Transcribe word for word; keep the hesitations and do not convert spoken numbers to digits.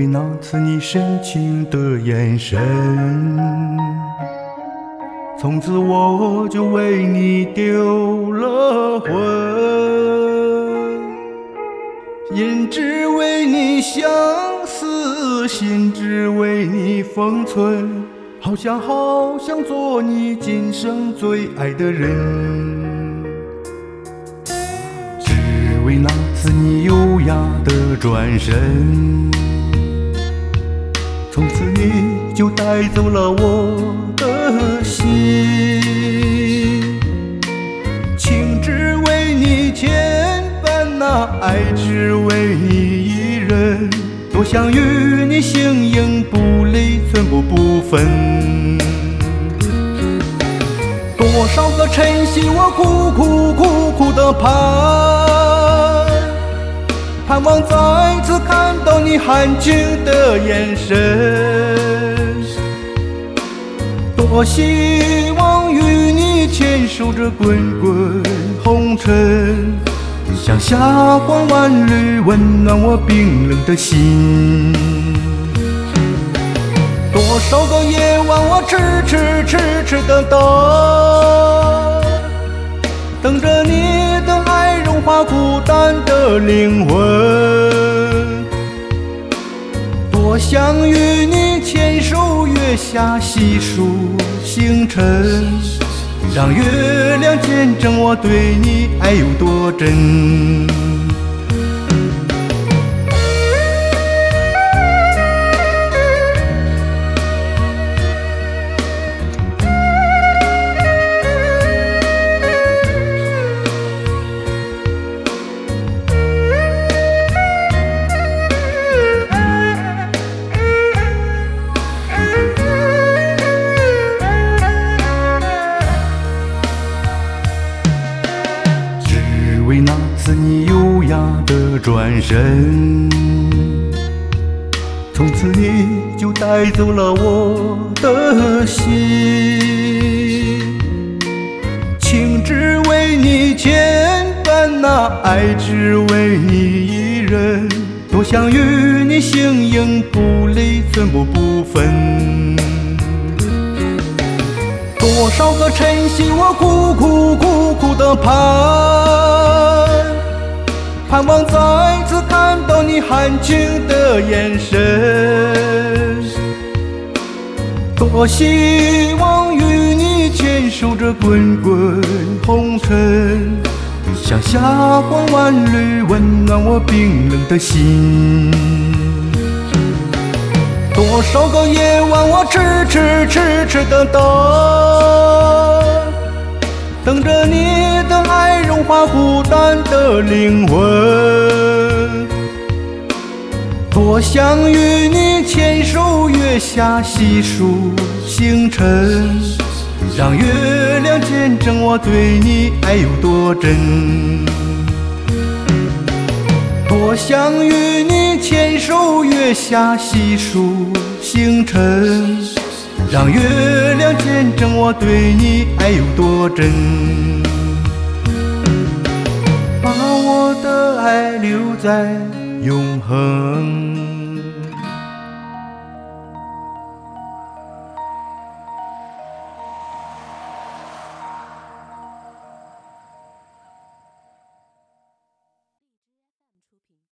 为那次你深情的眼神，从此我就为你丢了魂，眼只为你相思，心只为你封存，好想好想做你今生最爱的人，只为那次你优雅的转身，从此你就带走了我的心，情只为你牵绊，那爱只为你一人，多想与你形影不离，寸步不分。多少个晨曦我苦苦苦苦地盼，盼望再次看到你含情的眼神，多希望与你牵手着滚滚红尘，像霞光万缕温暖我冰冷的心。多少个夜晚我痴痴痴痴地等，等着你的爱融化孤单的灵魂，多想与你牵手月下细数星辰，让月亮见证我对你爱有多真。为那次你优雅的转身，从此你就带走了我的心，情只为你牵绊，那爱只为你一人，多想与你形影不离，寸步不分。多少个晨曦我苦苦苦苦地盼，盼望再次看到你含情的眼神，多希望与你牵手着滚滚红尘，像霞光万缕温暖我冰冷的心。多少个夜晚我痴痴痴痴地等，等着你的爱融化孤单的灵魂，多想与你牵手月下细数星辰，让月亮见证我对你爱有多真，多想与你牵手月下细数星辰，让月亮见证我对你爱有多真，把我的爱留在永恒。